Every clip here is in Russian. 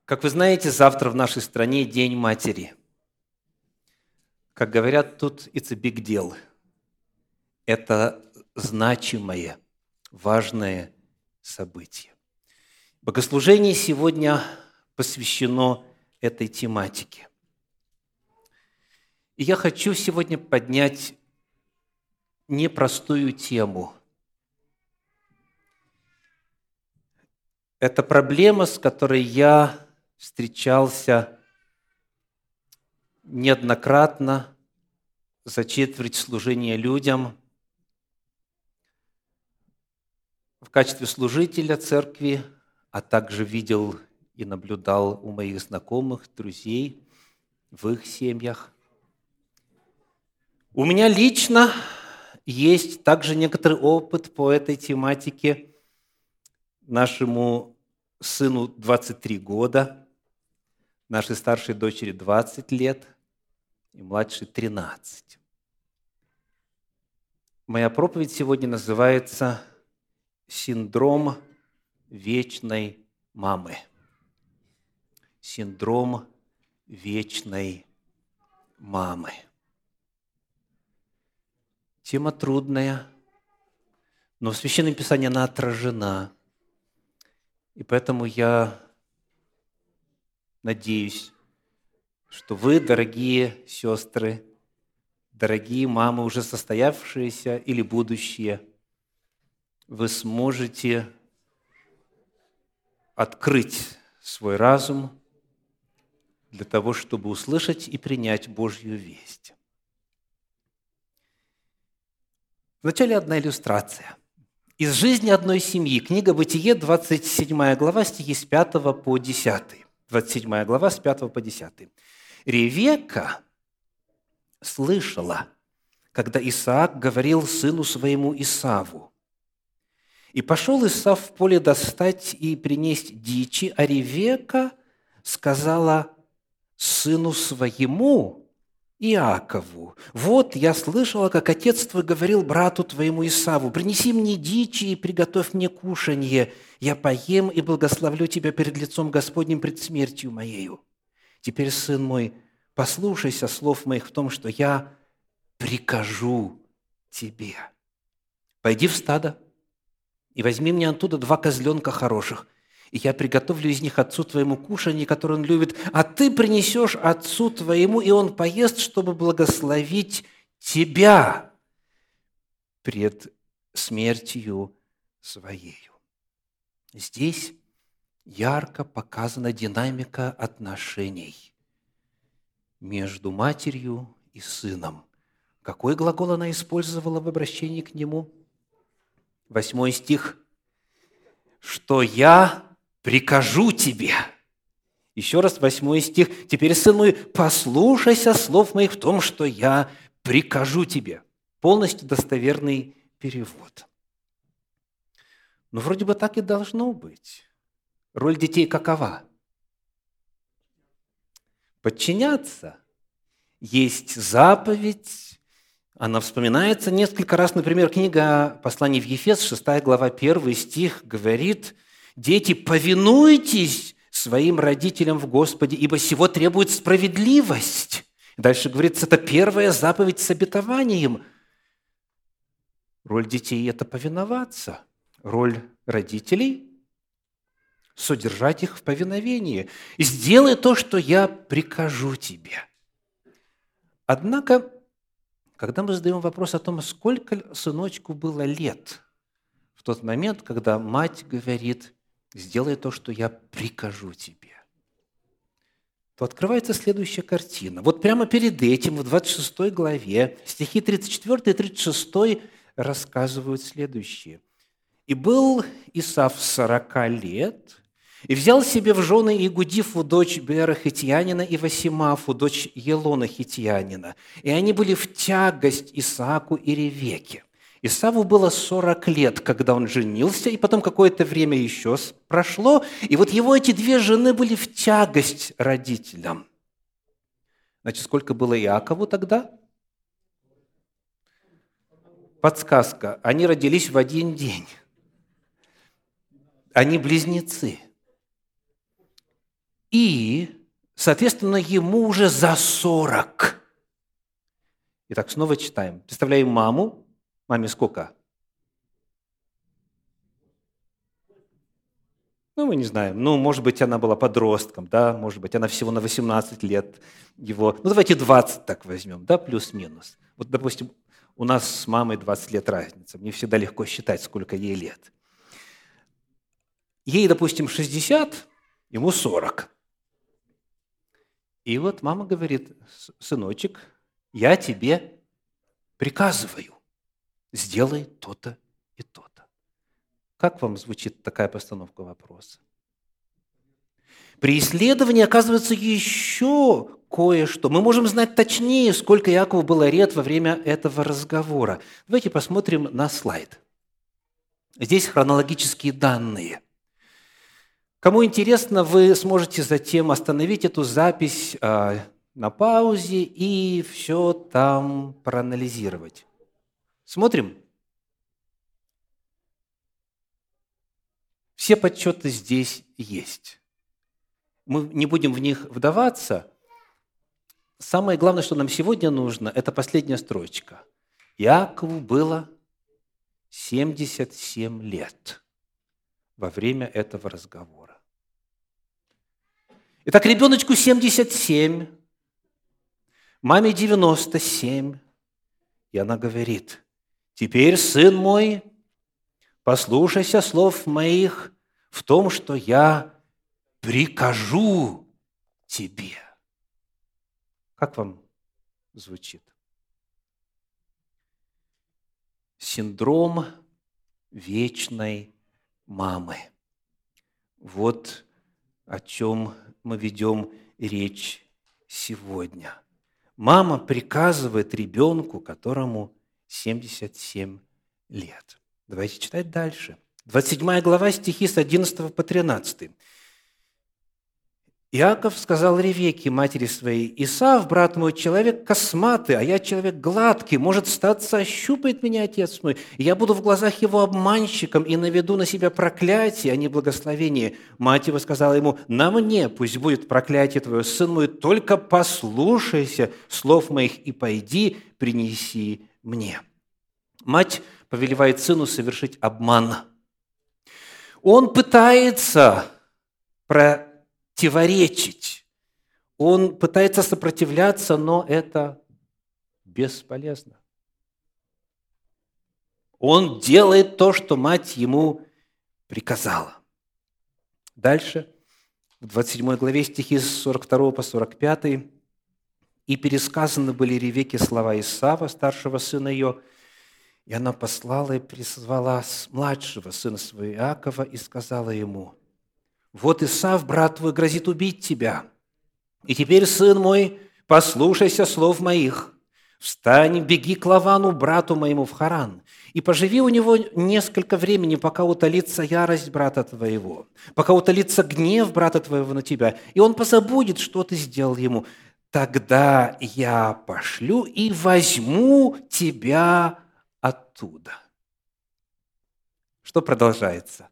Как вы знаете, завтра в нашей стране День матери. Как говорят тут, it's a big deal. Это значимое, важное событие. Богослужение сегодня посвящено этой тематике. И я хочу сегодня поднять непростую тему. Это проблема, с которой я встречался неоднократно за четверть служения людям в качестве служителя церкви, а также видел и наблюдал у моих знакомых, друзей в их семьях. У меня лично есть также некоторый опыт по этой тематике. Нашему сыну 23 года, нашей старшей дочери 20 лет и младшей 13. Моя проповедь сегодня называется «Синдром вечной мамы». Синдром вечной мамы. Тема трудная, но в Священном Писании она отражена. И поэтому я надеюсь, что вы, дорогие сестры, дорогие мамы, уже состоявшиеся или будущие, вы сможете открыть свой разум для того, чтобы услышать и принять Божью весть. Вначале одна иллюстрация. Из жизни одной семьи. Книга Бытие, 27 глава, стихи с 5 по 10. 27 глава, с 5 по 10. Ревекка слышала, когда Исаак говорил сыну своему Исаву: «И пошел Исав в поле достать и принесть дичи, а Ревекка сказала сыну своему Иакову: вот я слышала, как отец твой говорил брату твоему Исаву: принеси мне дичи и приготовь мне кушанье, я поем и благословлю тебя перед лицом Господним пред смертью моею. Теперь, сын мой, послушайся слов моих в том, что я прикажу тебе. Пойди в стадо и возьми мне оттуда 2 козленка хороших, и я приготовлю из них отцу твоему кушанье, которое он любит, а ты принесешь отцу твоему, и он поест, чтобы благословить тебя пред смертью своею». Здесь ярко показана динамика отношений между матерью и сыном. Какой глагол она использовала в обращении к нему? 8 стих. «Что я прикажу тебе». Еще раз 8 стих. «Теперь, сын мой, послушайся слов моих в том, что я прикажу тебе». Полностью достоверный перевод. Но вроде бы так и должно быть. Роль детей какова? Подчиняться. Есть заповедь. Она вспоминается несколько раз. Например, книга посланий в Ефес, 6 глава, 1 стих говорит: «Дети, повинуйтесь своим родителям в Господе, ибо сего требует справедливость». Дальше говорится, это первая заповедь с обетованием. Роль детей – это повиноваться. Роль родителей – содержать их в повиновении. «Сделай то, что я прикажу тебе». Однако, когда мы задаем вопрос о том, сколько сыночку было лет в тот момент, когда мать говорит: «Сделай то, что я прикажу тебе», то открывается следующая картина. Вот прямо перед этим, в 26 главе, стихи 34 и 36 рассказывают следующее. «И был Исав 40 лет, и взял себе в жены Игудифу, дочь Беера Хитьянина, и Васимафу, дочь Елона Хитьянина. И они были в тягость Исааку и Ревеке. Исаву было 40 лет, когда он женился, и потом какое-то время еще прошло, и вот его эти 2 жены были в тягость родителям». Значит, сколько было Иакову тогда? Подсказка. Они родились в один день. Они близнецы. И, соответственно, ему уже за 40. Итак, снова читаем. Представляем маму. Маме сколько? Мы не знаем. Может быть, она была подростком, да, может быть, она всего на 18 лет его. Давайте 20 так возьмем, да, плюс-минус. Вот, допустим, у нас с мамой 20 лет разница. Мне всегда легко считать, сколько ей лет. Ей, допустим, 60, ему 40. И вот мама говорит: сыночек, я тебе приказываю, сделай то-то и то-то. Как вам звучит такая постановка вопроса? При исследовании оказывается еще кое-что. Мы можем знать точнее, сколько Иакову было лет во время этого разговора. Давайте посмотрим на слайд. Здесь хронологические данные. Кому интересно, вы сможете затем остановить эту запись на паузе и все там проанализировать. Смотрим. Все подсчеты здесь есть. Мы не будем в них вдаваться. Самое главное, что нам сегодня нужно, это последняя строчка. Иакову было 77 лет во время этого разговора. Итак, ребеночку 77, маме 97, и она говорит: «Теперь, сын мой, послушайся слов моих в том, что я прикажу тебе». Как вам звучит? Синдром вечной мамы. Вот о чем мы ведем речь сегодня. Мама приказывает ребенку, которому 77 лет. Давайте читать дальше. 27 глава, стихи с 11 по 13. Иаков сказал Ревекке, матери своей: «Исав, брат мой, человек косматый, а я человек гладкий. Может, статься, ощупает меня отец мой, и я буду в глазах его обманщиком и наведу на себя проклятие, а не благословение». Мать его сказала ему: «На мне пусть будет проклятие твое, сын мой, только послушайся слов моих и пойди, принеси мне». Мать повелевает сыну совершить обман. Он пытается противоречить, он пытается сопротивляться, но это бесполезно. Он делает то, что мать ему приказала. Дальше, в 27 главе, стихи с 42 по 45. «И пересказаны были Ревекке слова Исава, старшего сына ее, и она послала и призвала младшего сына своего Иакова и сказала ему: вот Исав, брат твой, грозит убить тебя. И теперь, сын мой, послушайся слов моих. Встань, беги к Лавану, брату моему, в Харан, и поживи у него несколько времени, пока утолится ярость брата твоего, пока утолится гнев брата твоего на тебя, и он позабудет, что ты сделал ему. Тогда я пошлю и возьму тебя оттуда». Что продолжается?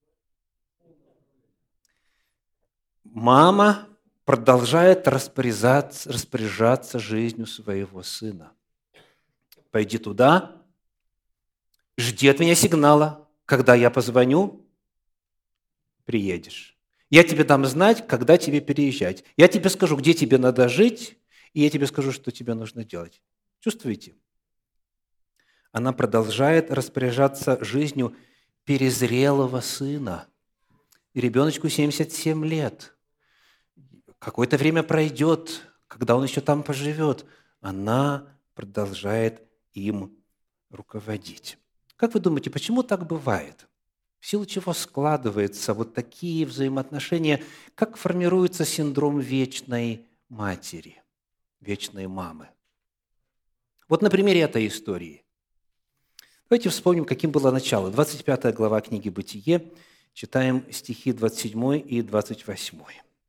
Мама продолжает распоряжаться жизнью своего сына. «Пойди туда, жди от меня сигнала. Когда я позвоню, приедешь. Я тебе дам знать, когда тебе переезжать. Я тебе скажу, где тебе надо жить, и я тебе скажу, что тебе нужно делать». Чувствуете? Она продолжает распоряжаться жизнью перезрелого сына. И ребеночку 77 лет. Какое-то время пройдет, когда он еще там поживет. Она продолжает им руководить. Как вы думаете, почему так бывает? В силу чего складываются вот такие взаимоотношения? Как формируется синдром вечной матери, вечной мамы? Вот на примере этой истории. Давайте вспомним, каким было начало. 25 глава книги «Бытие». Читаем стихи 27 и 28.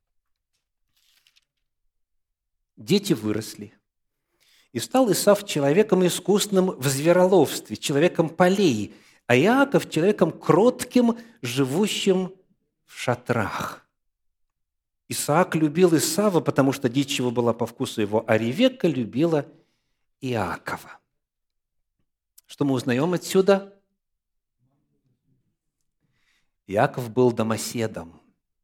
«Дети выросли, и стал Исав человеком искусным в звероловстве, человеком полей, а Иаков человеком кротким, живущим в шатрах. Исаак любил Исава, потому что дичь его была по вкусу его, а Ревекка любила Иакова. Что мы узнаем отсюда? Иаков был домоседом.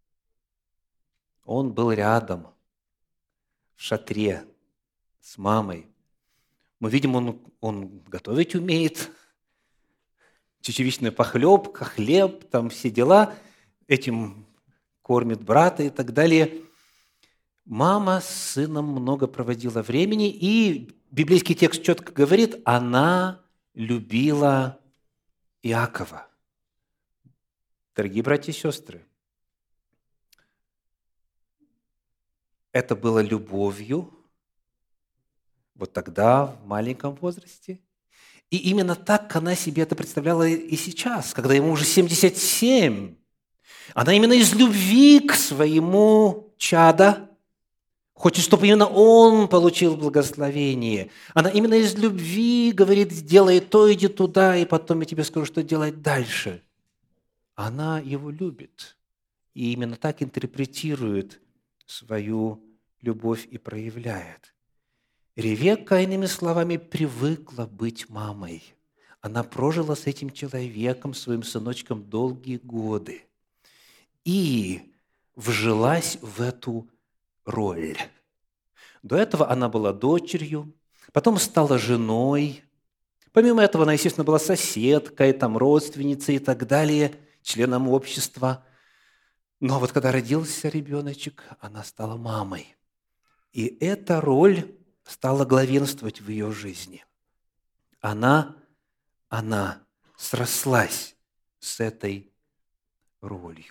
Он был рядом, в шатре, с мамой. Мы видим, он готовить умеет. Чечевичная похлебка, хлеб, там все дела. Этим кормит брата и так далее. Мама с сыном много проводила времени, и библейский текст четко говорит, она любила Иакова. Дорогие братья и сестры, это было любовью вот тогда, в маленьком возрасте. И именно так она себе это представляла и сейчас, когда ему уже 77. Она именно из любви к своему чаду хочет, чтобы именно он получил благословение. Она именно из любви говорит, сделай то, иди туда, и потом я тебе скажу, что делать дальше. Она его любит. И именно так интерпретирует свою любовь и проявляет. Ревекка, иными словами, привыкла быть мамой. Она прожила с этим человеком, своим сыночком, долгие годы. И вжилась в эту роль. До этого она была дочерью, потом стала женой. Помимо этого, она, естественно, была соседкой, там, родственницей и так далее, членом общества. Но вот когда родился ребеночек, она стала мамой. И эта роль стала главенствовать в ее жизни. Она срослась с этой ролью.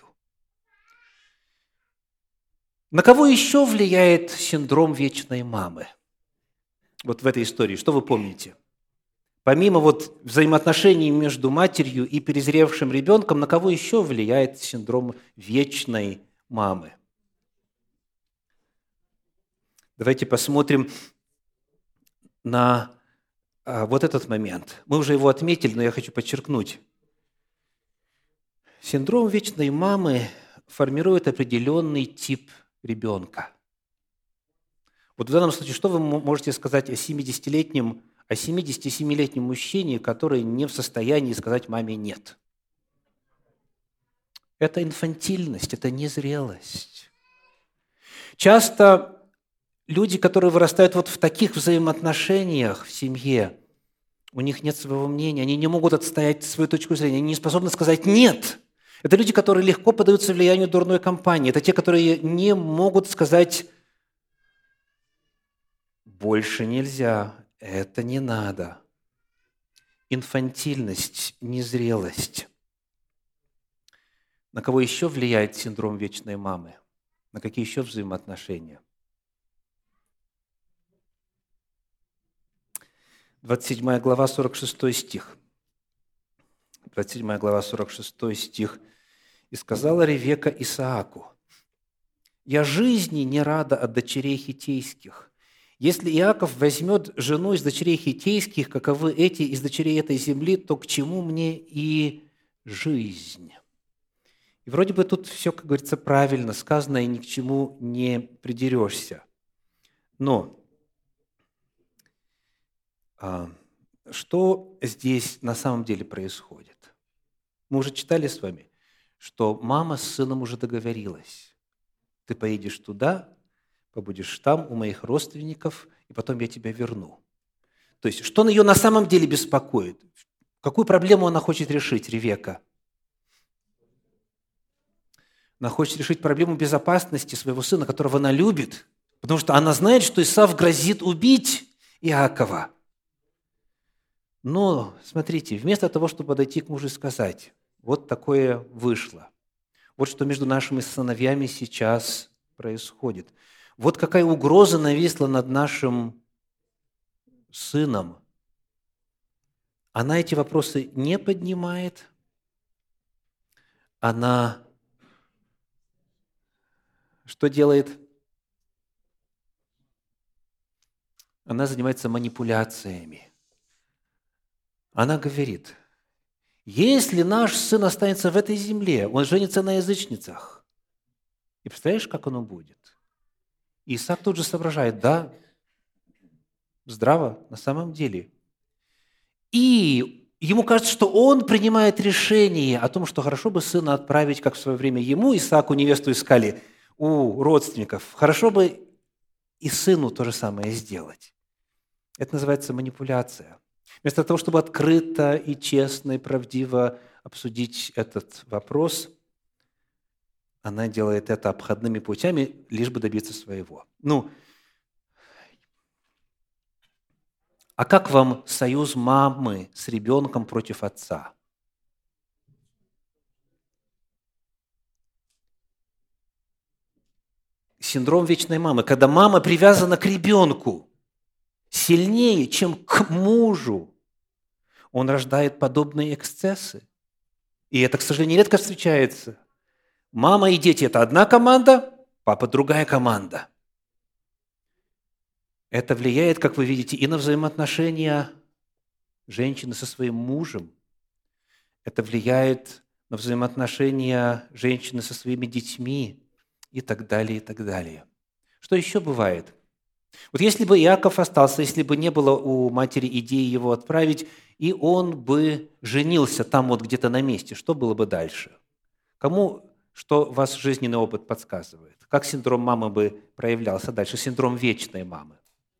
На кого еще влияет синдром вечной мамы? Вот в этой истории, что вы помните? Помимо вот взаимоотношений между матерью и перезревшим ребенком, на кого еще влияет синдром вечной мамы? Давайте посмотрим на вот этот момент. Мы уже его отметили, но я хочу подчеркнуть. Синдром вечной мамы формирует определенный тип ребенка. Вот в данном случае, что вы можете сказать о 70-летнем, о 77-летнем мужчине, который не в состоянии сказать маме «нет»? Это инфантильность, это незрелость. Часто люди, которые вырастают вот в таких взаимоотношениях в семье, у них нет своего мнения, они не могут отстоять свою точку зрения, они не способны сказать «нет». Это люди, которые легко поддаются влиянию дурной компании. Это те, которые не могут сказать «больше нельзя, это не надо». Инфантильность, незрелость. На кого еще влияет синдром вечной мамы? На какие еще взаимоотношения? 27 глава, 46 стих. 27 глава, 46 стих. «И сказала Ревекка Исааку: я жизни не рада от дочерей хиттейских. Если Иаков возьмет жену из дочерей хиттейских, каковы эти из дочерей этой земли, то к чему мне и жизнь?» И вроде бы тут все, как говорится, правильно сказано, и ни к чему не придерешься. Но что здесь на самом деле происходит? Мы уже читали с вами, что мама с сыном уже договорилась. Ты поедешь туда, побудешь там у моих родственников, и потом я тебя верну. То есть, что ее на самом деле беспокоит? Какую проблему она хочет решить, Ревекка? Она хочет решить проблему безопасности своего сына, которого она любит, потому что она знает, что Исав грозит убить Иакова. Но, смотрите, вместо того, чтобы подойти к мужу и сказать, вот такое вышло, вот что между нашими сыновьями сейчас происходит, вот какая угроза нависла над нашим сыном, она эти вопросы не поднимает, она что делает? Она занимается манипуляциями. Она говорит, если наш сын останется в этой земле, он женится на язычницах, И представляешь, как оно будет? И Исаак тут же соображает, да, здраво, на самом деле. И ему кажется, что он принимает решение о том, что хорошо бы сына отправить, как в свое время ему, Исааку, невесту искали у родственников. Хорошо бы и сыну то же самое сделать. Это называется манипуляция. Вместо того, чтобы открыто и честно и правдиво обсудить этот вопрос, она делает это обходными путями, лишь бы добиться своего. А как вам союз мамы с ребенком против отца? Синдром вечной мамы, когда мама привязана к ребенку сильнее, чем к мужу, он рождает подобные эксцессы. И это, к сожалению, редко встречается. Мама и дети – это одна команда, папа – другая команда. Это влияет, как вы видите, и на взаимоотношения женщины со своим мужем. Это влияет на взаимоотношения женщины со своими детьми и так далее, и так далее. Что еще бывает? Вот если бы Иаков остался, если бы не было у матери идеи его отправить, и он бы женился там вот где-то на месте, что было бы дальше? Кому что ваш жизненный опыт подсказывает? Как синдром мамы бы проявлялся дальше? Синдром вечной мамы.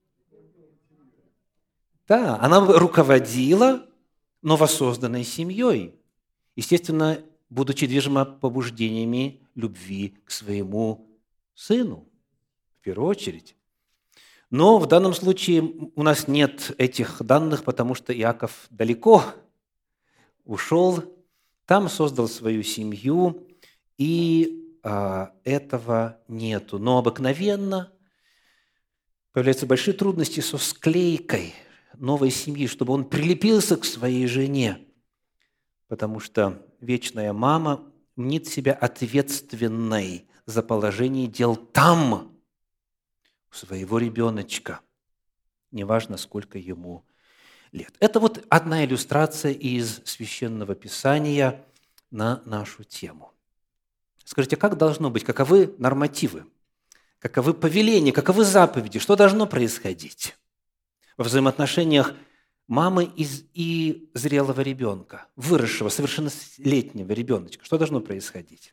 Да, она бы руководила новосозданной семьей, естественно, будучи движима побуждениями любви к своему сыну, в первую очередь. Но в данном случае у нас нет этих данных, потому что Иаков далеко ушел, там создал свою семью, и этого нету. Но обыкновенно появляются большие трудности со склейкой новой семьи, чтобы он прилепился к своей жене, потому что вечная мама мнит себя ответственной за положение дел там, у своего ребеночка, неважно, сколько ему лет. Это вот одна иллюстрация из Священного Писания на нашу тему. Скажите, как должно быть, каковы нормативы, каковы повеления, каковы заповеди, что должно происходить во взаимоотношениях мамы и зрелого ребенка, выросшего, совершеннолетнего ребеночка? Что должно происходить?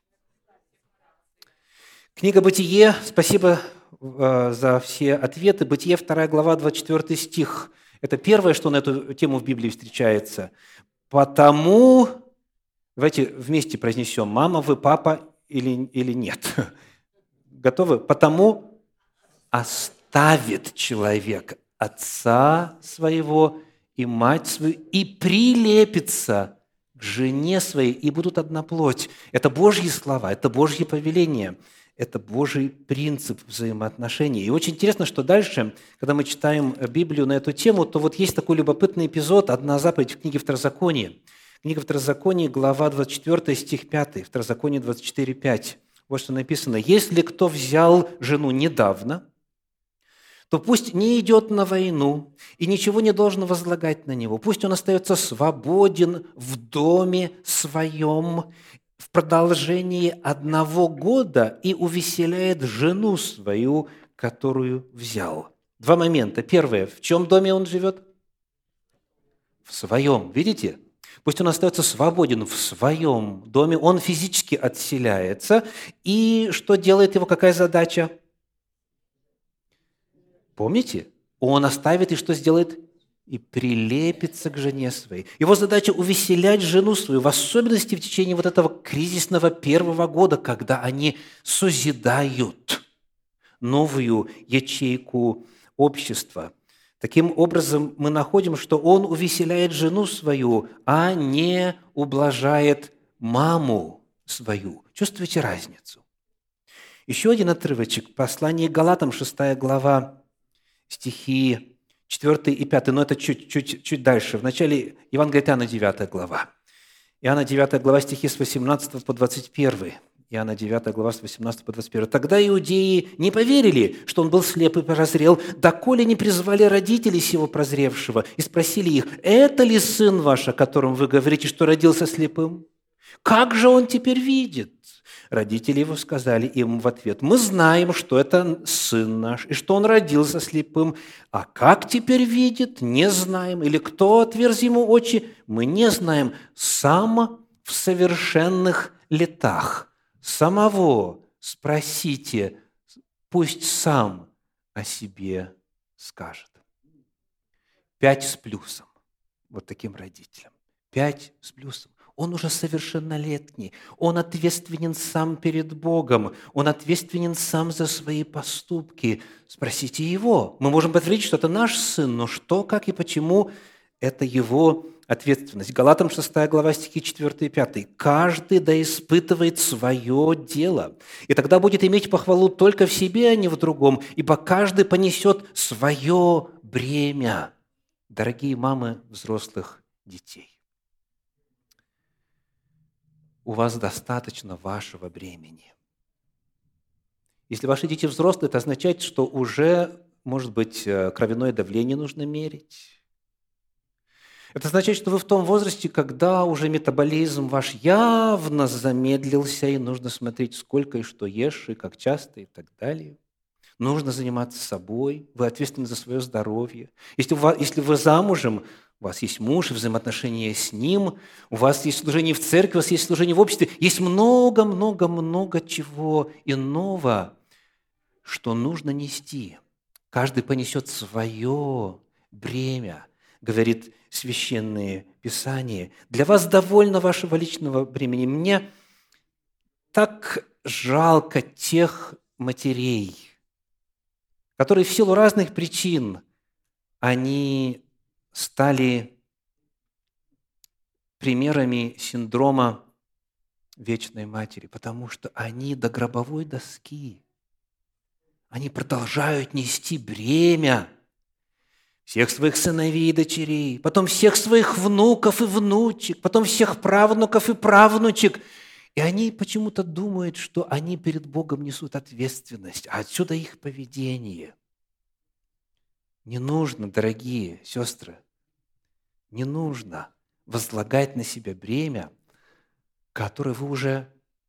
Книга «Бытие», спасибо за все ответы. «Бытие», 2 глава, 24 стих. Это первое, что на эту тему в Библии встречается. «Потому...» Давайте вместе произнесем. Мама, вы папа или нет? Готовы? «Потому оставит человек отца своего и мать свою, и прилепится к жене своей, и будут одна плоть». Это Божьи слова, это Божьи повеления. Это Божий принцип взаимоотношений. И очень интересно, что дальше, когда мы читаем Библию на эту тему, то вот есть такой любопытный эпизод, одна заповедь в книге Второзакония. Книга Второзакония, глава 24, стих 5. Второзаконие 24, 5. Вот что написано. «Если кто взял жену недавно, то пусть не идет на войну и ничего не должен возлагать на него. Пусть он остается свободен в доме своем в продолжении 1 года и увеселяет жену свою, которую взял». Два момента. Первое. В чем доме он живет? В своем. Видите? Пусть он остается свободен в своем доме. Он физически отселяется. И что делает его? Какая задача? Помните? Он оставит и что сделает? И прилепится к жене своей. Его задача увеселять жену свою, в особенности в течение вот этого кризисного 1 года, когда они созидают новую ячейку общества. Таким образом, мы находим, что он увеселяет жену свою, а не ублажает маму свою. Чувствуете разницу? Еще один отрывочек. Послание к Галатам, 6 глава, стихи 4 и 5, но это чуть дальше. В начале Евангелия от Иоанна, 9 глава. Иоанна 9 глава, стихи с 18 по 21. Иоанна 9 глава, с 18 по 21. «Тогда иудеи не поверили, что он был слеп и прозрел, доколе не призвали родителей сего прозревшего и спросили их, это ли сын ваш, о котором вы говорите, что родился слепым? Как же он теперь видит? Родители его сказали им в ответ: «Мы знаем, что это сын наш, и что он родился слепым. А как теперь видит, не знаем. Или кто отверз ему очи, мы не знаем. Сам в совершенных летах. Самого спросите, пусть сам о себе скажет». 5 с плюсом. Вот таким родителям. 5 с плюсом. Он уже совершеннолетний. Он ответственен сам перед Богом. Он ответственен сам за свои поступки. Спросите его. Мы можем подтвердить, что это наш сын, но что, как и почему – это его ответственность. Галатам 6 глава, стихи 4 и 5. «Каждый да испытывает свое дело, и тогда будет иметь похвалу только в себе, а не в другом, ибо каждый понесет свое бремя». Дорогие мамы взрослых детей, у вас достаточно вашего бремени. Если ваши дети взрослые, это означает, что уже, может быть, кровяное давление нужно мерить. Это означает, что вы в том возрасте, когда уже метаболизм ваш явно замедлился, и нужно смотреть, сколько и что ешь, и как часто, и так далее. Нужно заниматься собой, вы ответственны за свое здоровье. Если вы замужем, у вас есть муж и взаимоотношения с ним, у вас есть служение в церкви, у вас есть служение в обществе, есть много-много-много чего иного, что нужно нести. Каждый понесет свое бремя, говорит Священное Писание. Для вас довольно вашего личного бремени. Мне так жалко тех матерей, которые в силу разных причин, они стали примерами синдрома вечной матери, потому что они до гробовой доски, они продолжают нести бремя всех своих сыновей и дочерей, потом всех своих внуков и внучек, потом всех правнуков и правнучек. И они почему-то думают, что они перед Богом несут ответственность, а отсюда их поведение. Не нужно, дорогие сестры, не нужно возлагать на себя бремя, которое вы уже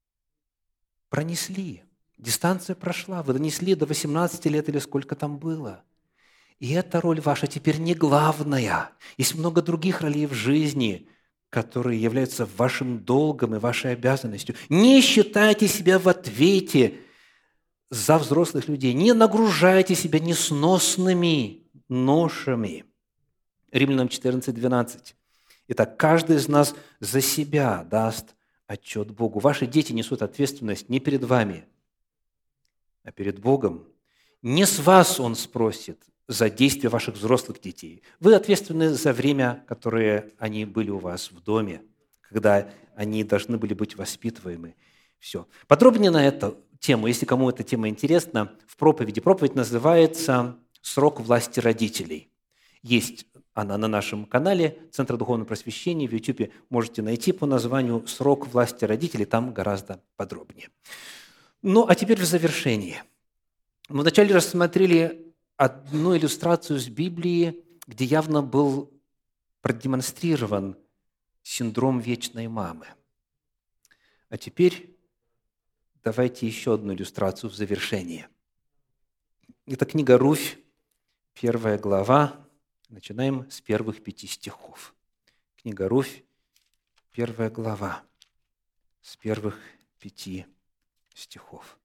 пронесли. Дистанция прошла, вы донесли до 18 лет или сколько там было. И эта роль ваша теперь не главная. Есть много других ролей в жизни, которые являются вашим долгом и вашей обязанностью. Не считайте себя в ответе за взрослых людей. Не нагружайте себя несносными ношами. Римлянам 14:12. Итак, каждый из нас за себя даст отчет Богу. Ваши дети несут ответственность не перед вами, а перед Богом. Не с вас Он спросит за действия ваших взрослых детей. Вы ответственны за время, которое они были у вас в доме, когда они должны были быть воспитываемы. Все. Подробнее на эту тему, если кому эта тема интересна, в проповеди. Проповедь называется «Срок власти родителей». Есть она на нашем канале Центра Духовного Просвещения. В YouTube можете найти по названию «Срок власти родителей», там гораздо подробнее. Ну, а теперь в завершении. Мы вначале рассмотрели одну иллюстрацию с Библии, где явно был продемонстрирован синдром вечной мамы. А теперь давайте еще одну иллюстрацию в завершение. Это книга «Руфь», 1 глава. Начинаем с первых 5 стихов. Книга «Руфь», 1 глава, с первых 5 стихов.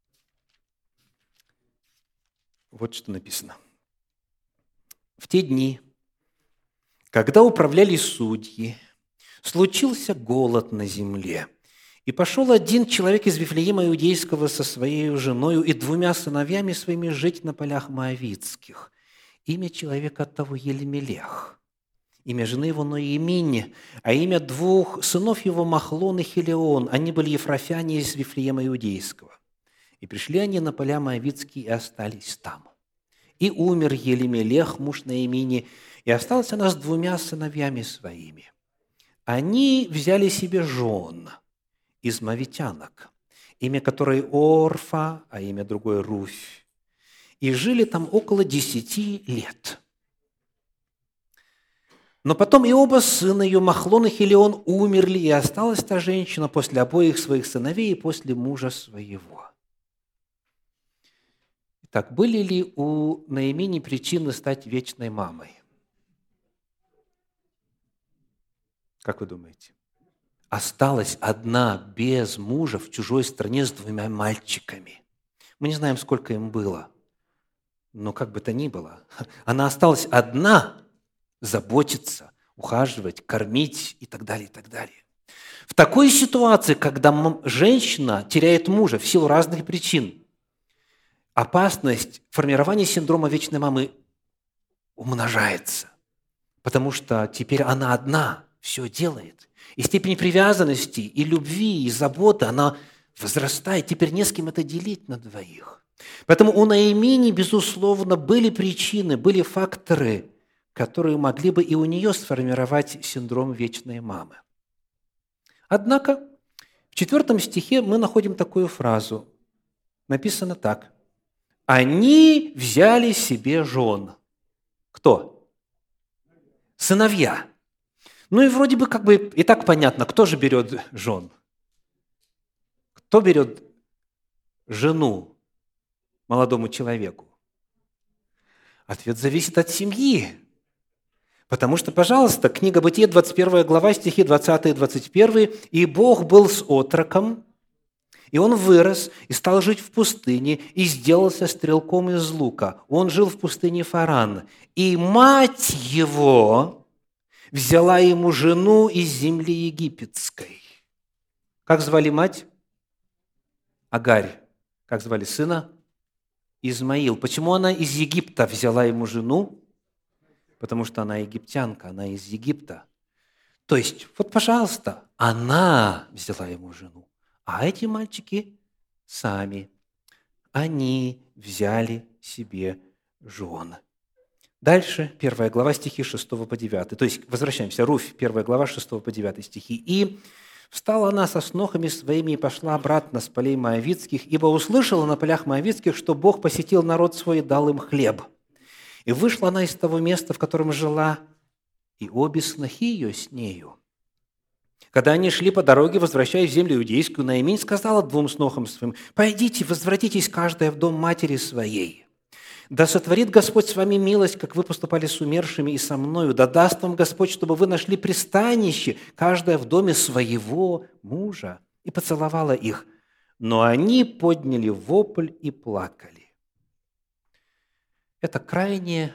Вот что написано. «В те дни, когда управляли судьи, случился голод на земле, и пошел один человек из Вифлеема Иудейского со своей женою и 2 сыновьями своими жить на полях Моавитских. Имя человека того Елемелех, имя жены его Ноеминь, а имя 2 сынов его Махлон и Хелион. Они были ефрафяне из Вифлеема Иудейского. И пришли они на поля Моавитские и остались там. И умер Елемелех, муж Ноемини, и осталась она с 2 сыновьями своими. Они взяли себе жен из мавитянок, имя которой Орфа, а имя другое Руфь, и жили там около 10 лет. Но потом и оба сына ее, Махлон и Хелион, умерли, и осталась та женщина после обоих своих сыновей и после мужа своего. Итак, были ли у Наимини причины стать вечной мамой? Как вы думаете? Осталась одна, без мужа, в чужой стране с двумя мальчиками. Мы не знаем, сколько им было, но как бы то ни было, она осталась одна заботиться, ухаживать, кормить и так далее, и так далее. В такой ситуации, когда женщина теряет мужа в силу разных причин, опасность формирования синдрома вечной мамы умножается, потому что теперь она одна все делает. И степень привязанности, и любви, и заботы, она возрастает. Теперь не с кем это делить на двоих. Поэтому у Наимини, безусловно, были причины, были факторы, которые могли бы и у нее сформировать синдром вечной мамы. Однако в 4 стихе мы находим такую фразу. Написано так. «Они взяли себе жен». Кто? Сыновья. Ну и вроде бы как бы и так понятно, кто же берет жен. Кто берет жену молодому человеку? Ответ зависит от семьи. Потому что, пожалуйста, книга Бытие, 21 глава, стихи 20 и 21. «И Бог был с отроком, и он вырос, и стал жить в пустыне, и сделался стрелком из лука. Он жил в пустыне Фаран. И мать его взяла ему жену из земли египетской». Как звали мать? Агарь. Как звали сына? Измаил. Почему она из Египта взяла ему жену? Потому что она египтянка, она из Египта. То есть, вот, пожалуйста, она взяла ему жену, а эти мальчики сами, они взяли себе жен. Дальше, 1 глава, стихи 6 по 9. То есть, возвращаемся, Руфь, 1 глава, 6 по 9 стихи. «И встала она со снохами своими и пошла обратно с полей моавитских, ибо услышала на полях моавитских, что Бог посетил народ свой и дал им хлеб. И вышла она из того места, в котором жила, и обе снохи ее с нею. Когда они шли по дороге, возвращаясь в землю иудейскую, Наиминь сказала 2 снохам своим: «Пойдите, возвратитесь каждая в дом матери своей. Да сотворит Господь с вами милость, как вы поступали с умершими и со мною. Да даст вам Господь, чтобы вы нашли пристанище, каждая в доме своего мужа». И поцеловала их. Но они подняли вопль и плакали. Это крайне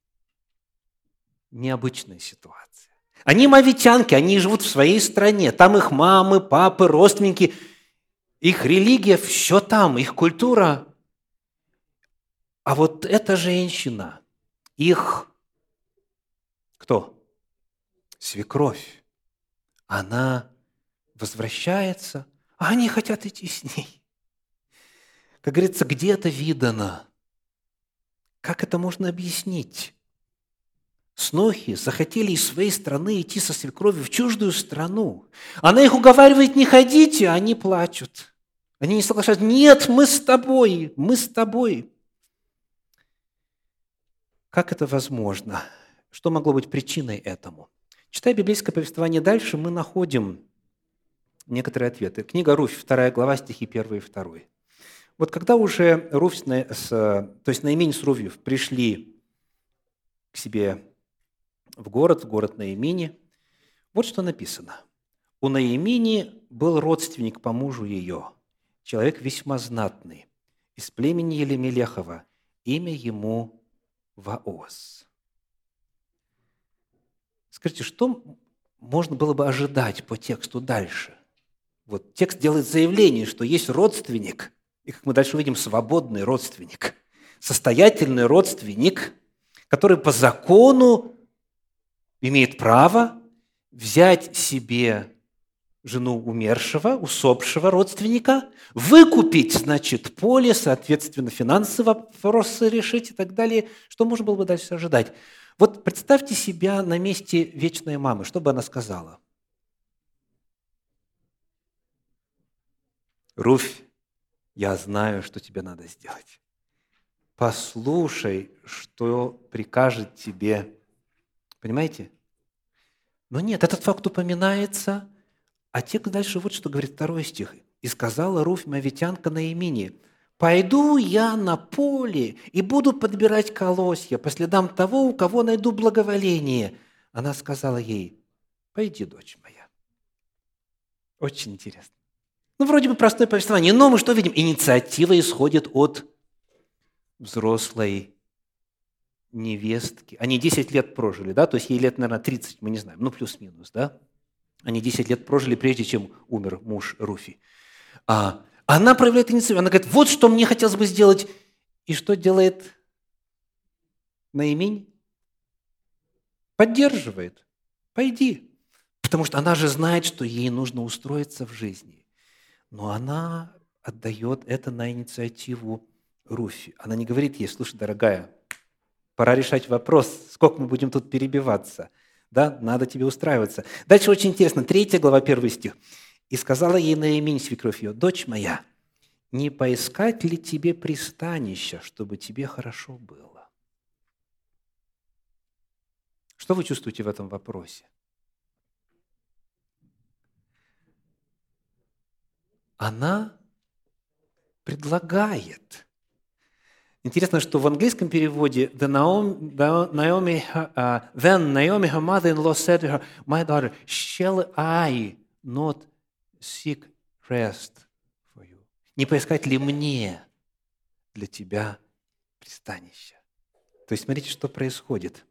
необычная ситуация. Они моавитянки, они живут в своей стране. Там их мамы, папы, родственники. Их религия, все там, их культура. А вот эта женщина, их кто? Свекровь. Она возвращается, а они хотят идти с ней. Как говорится, где это видано? Как это можно объяснить? Снохи захотели из своей страны идти со свекровью в чуждую страну. Она их уговаривает: не ходите, а они плачут. Они не соглашаются: нет, мы с тобой, мы с тобой. Как это возможно? Что могло быть причиной этому? Читая библейское повествование дальше, мы находим некоторые ответы. Книга Руфь, 2 глава, стихи 1 и 2. Вот когда уже Руфь, то есть Наиминь с Руфью пришли к себе в город Наимини, вот что написано. У Наимини был родственник по мужу ее, человек весьма знатный, из племени Елемелехова, имя ему Вооз. Скажите, что можно было бы ожидать по тексту дальше? Вот текст делает заявление, что есть родственник, и, как мы дальше увидим, свободный родственник, состоятельный родственник, который по закону имеет право взять себе жену умершего, усопшего родственника, выкупить, значит, поле, соответственно, финансовые вопросы решить и так далее. Что можно было бы дальше ожидать? Вот представьте себя на месте вечной мамы. Что бы она сказала? Руфь, я знаю, что тебе надо сделать. Послушай, что прикажет тебе. Понимаете? Но нет, этот факт упоминается, а текст дальше вот что говорит 2 стих. «И сказала Руфь Моавитянка Наамине: пойду я на поле и буду подбирать колосья по следам того, у кого найду благоволение». Она сказала ей: пойди, дочь моя. Очень интересно. Вроде бы простое повествование, но мы что видим? Инициатива исходит от взрослой невестки. Они 10 лет прожили, да? То есть ей лет, наверное, 30, мы не знаем, плюс-минус, да? Они 10 лет прожили, прежде чем умер муж Руфи. Она проявляет инициативу. Она говорит: вот что мне хотелось бы сделать. И что делает Наиминь? Поддерживает. Пойди. Потому что она же знает, что ей нужно устроиться в жизни. Но она отдает это на инициативу Руфи. Она не говорит ей: слушай, дорогая, пора решать вопрос, сколько мы будем тут перебиваться. Да, надо тебе устраиваться. Дальше очень интересно, 3 глава, 1 стих. «И сказала ей Наиминь, свекровь ее: дочь моя, не поискать ли тебе пристанища, чтобы тебе хорошо было?» Что вы чувствуете в этом вопросе? Она предлагает. Интересно, что в английском переводе then Naomi her mother-in-law said to her, my daughter, shall I not seek rest for you? Не поискать ли мне для тебя пристанища? То есть смотрите, что происходит.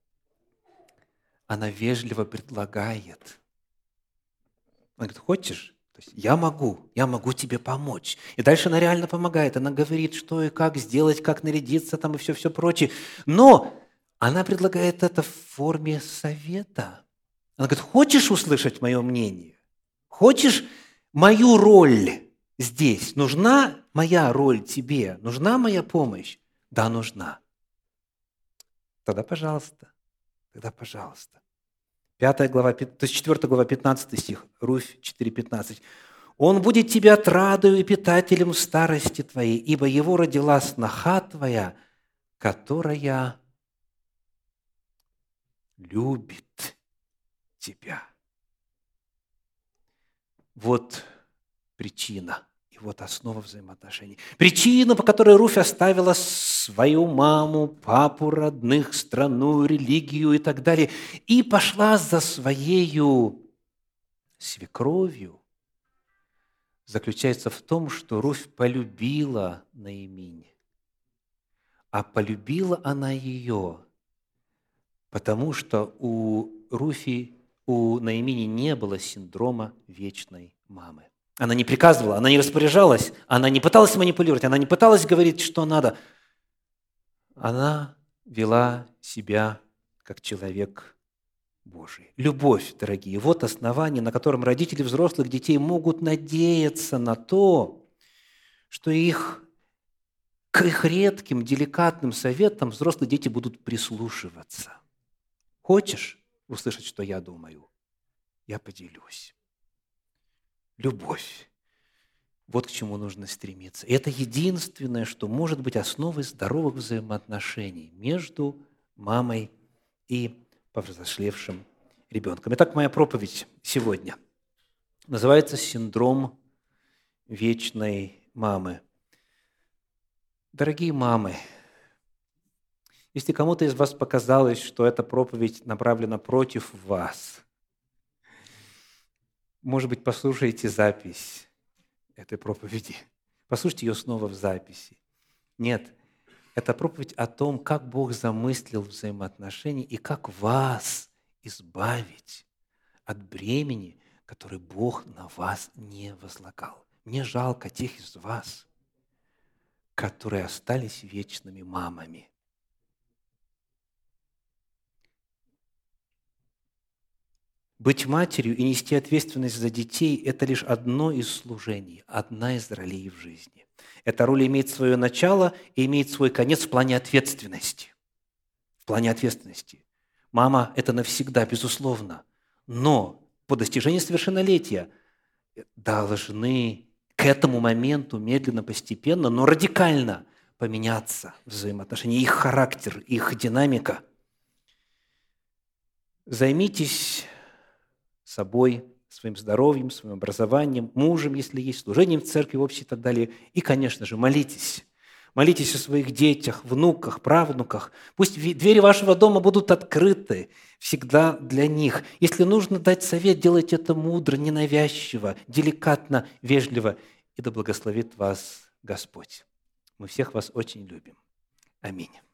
Она вежливо предлагает. Она говорит: хочешь? То есть я могу тебе помочь. И дальше она реально помогает. Она говорит, что и как сделать, как нарядиться там и все прочее. Но она предлагает это в форме совета. Она говорит: хочешь услышать мое мнение? Хочешь мою роль здесь? Нужна моя роль тебе? Нужна моя помощь? Да, нужна. Тогда пожалуйста. 5 глава, то есть 4 глава, 15 стих, Руфь 4:15. «Он будет тебе отрадою и питателем в старости твоей, ибо его родила сноха твоя, которая любит тебя». Вот причина и вот основа взаимоотношений. Причина, по которой Руфь оставила свою маму, папу родных, страну, религию и так далее, и пошла за своею свекровью, заключается в том, что Руфь полюбила Наиминь. А полюбила она ее, потому что у Наимини не было синдрома вечной мамы. Она не приказывала, она не распоряжалась, она не пыталась манипулировать, она не пыталась говорить, что надо. Она вела себя как человек Божий. Любовь, дорогие, вот основание, на котором родители взрослых детей могут надеяться на то, что к их редким, деликатным советам взрослые дети будут прислушиваться. Хочешь услышать, что я думаю? Я поделюсь. Любовь. Вот к чему нужно стремиться. И это единственное, что может быть основой здоровых взаимоотношений между мамой и повзрослевшим ребенком. Итак, моя проповедь сегодня называется «Синдром вечной мамы». Дорогие мамы, если кому-то из вас показалось, что эта проповедь направлена против вас, может быть, послушайте запись этой проповеди. Послушайте ее снова в записи. Нет, это проповедь о том, как Бог замыслил взаимоотношения и как вас избавить от бремени, которое Бог на вас не возлагал. Мне жалко тех из вас, которые остались вечными мамами. Быть матерью и нести ответственность за детей – это лишь одно из служений, одна из ролей в жизни. Эта роль имеет свое начало и имеет свой конец в плане ответственности. В плане ответственности. Мама – это навсегда, безусловно. Но по достижении совершеннолетия должны к этому моменту медленно, постепенно, но радикально поменяться взаимоотношения, их характер, их динамика. Займитесь собой, своим здоровьем, своим образованием, мужем, если есть, служением в церкви, в обществе и так далее. И, конечно же, молитесь. Молитесь о своих детях, внуках, правнуках. Пусть двери вашего дома будут открыты всегда для них. Если нужно дать совет, делайте это мудро, ненавязчиво, деликатно, вежливо. И да благословит вас Господь. Мы всех вас очень любим. Аминь.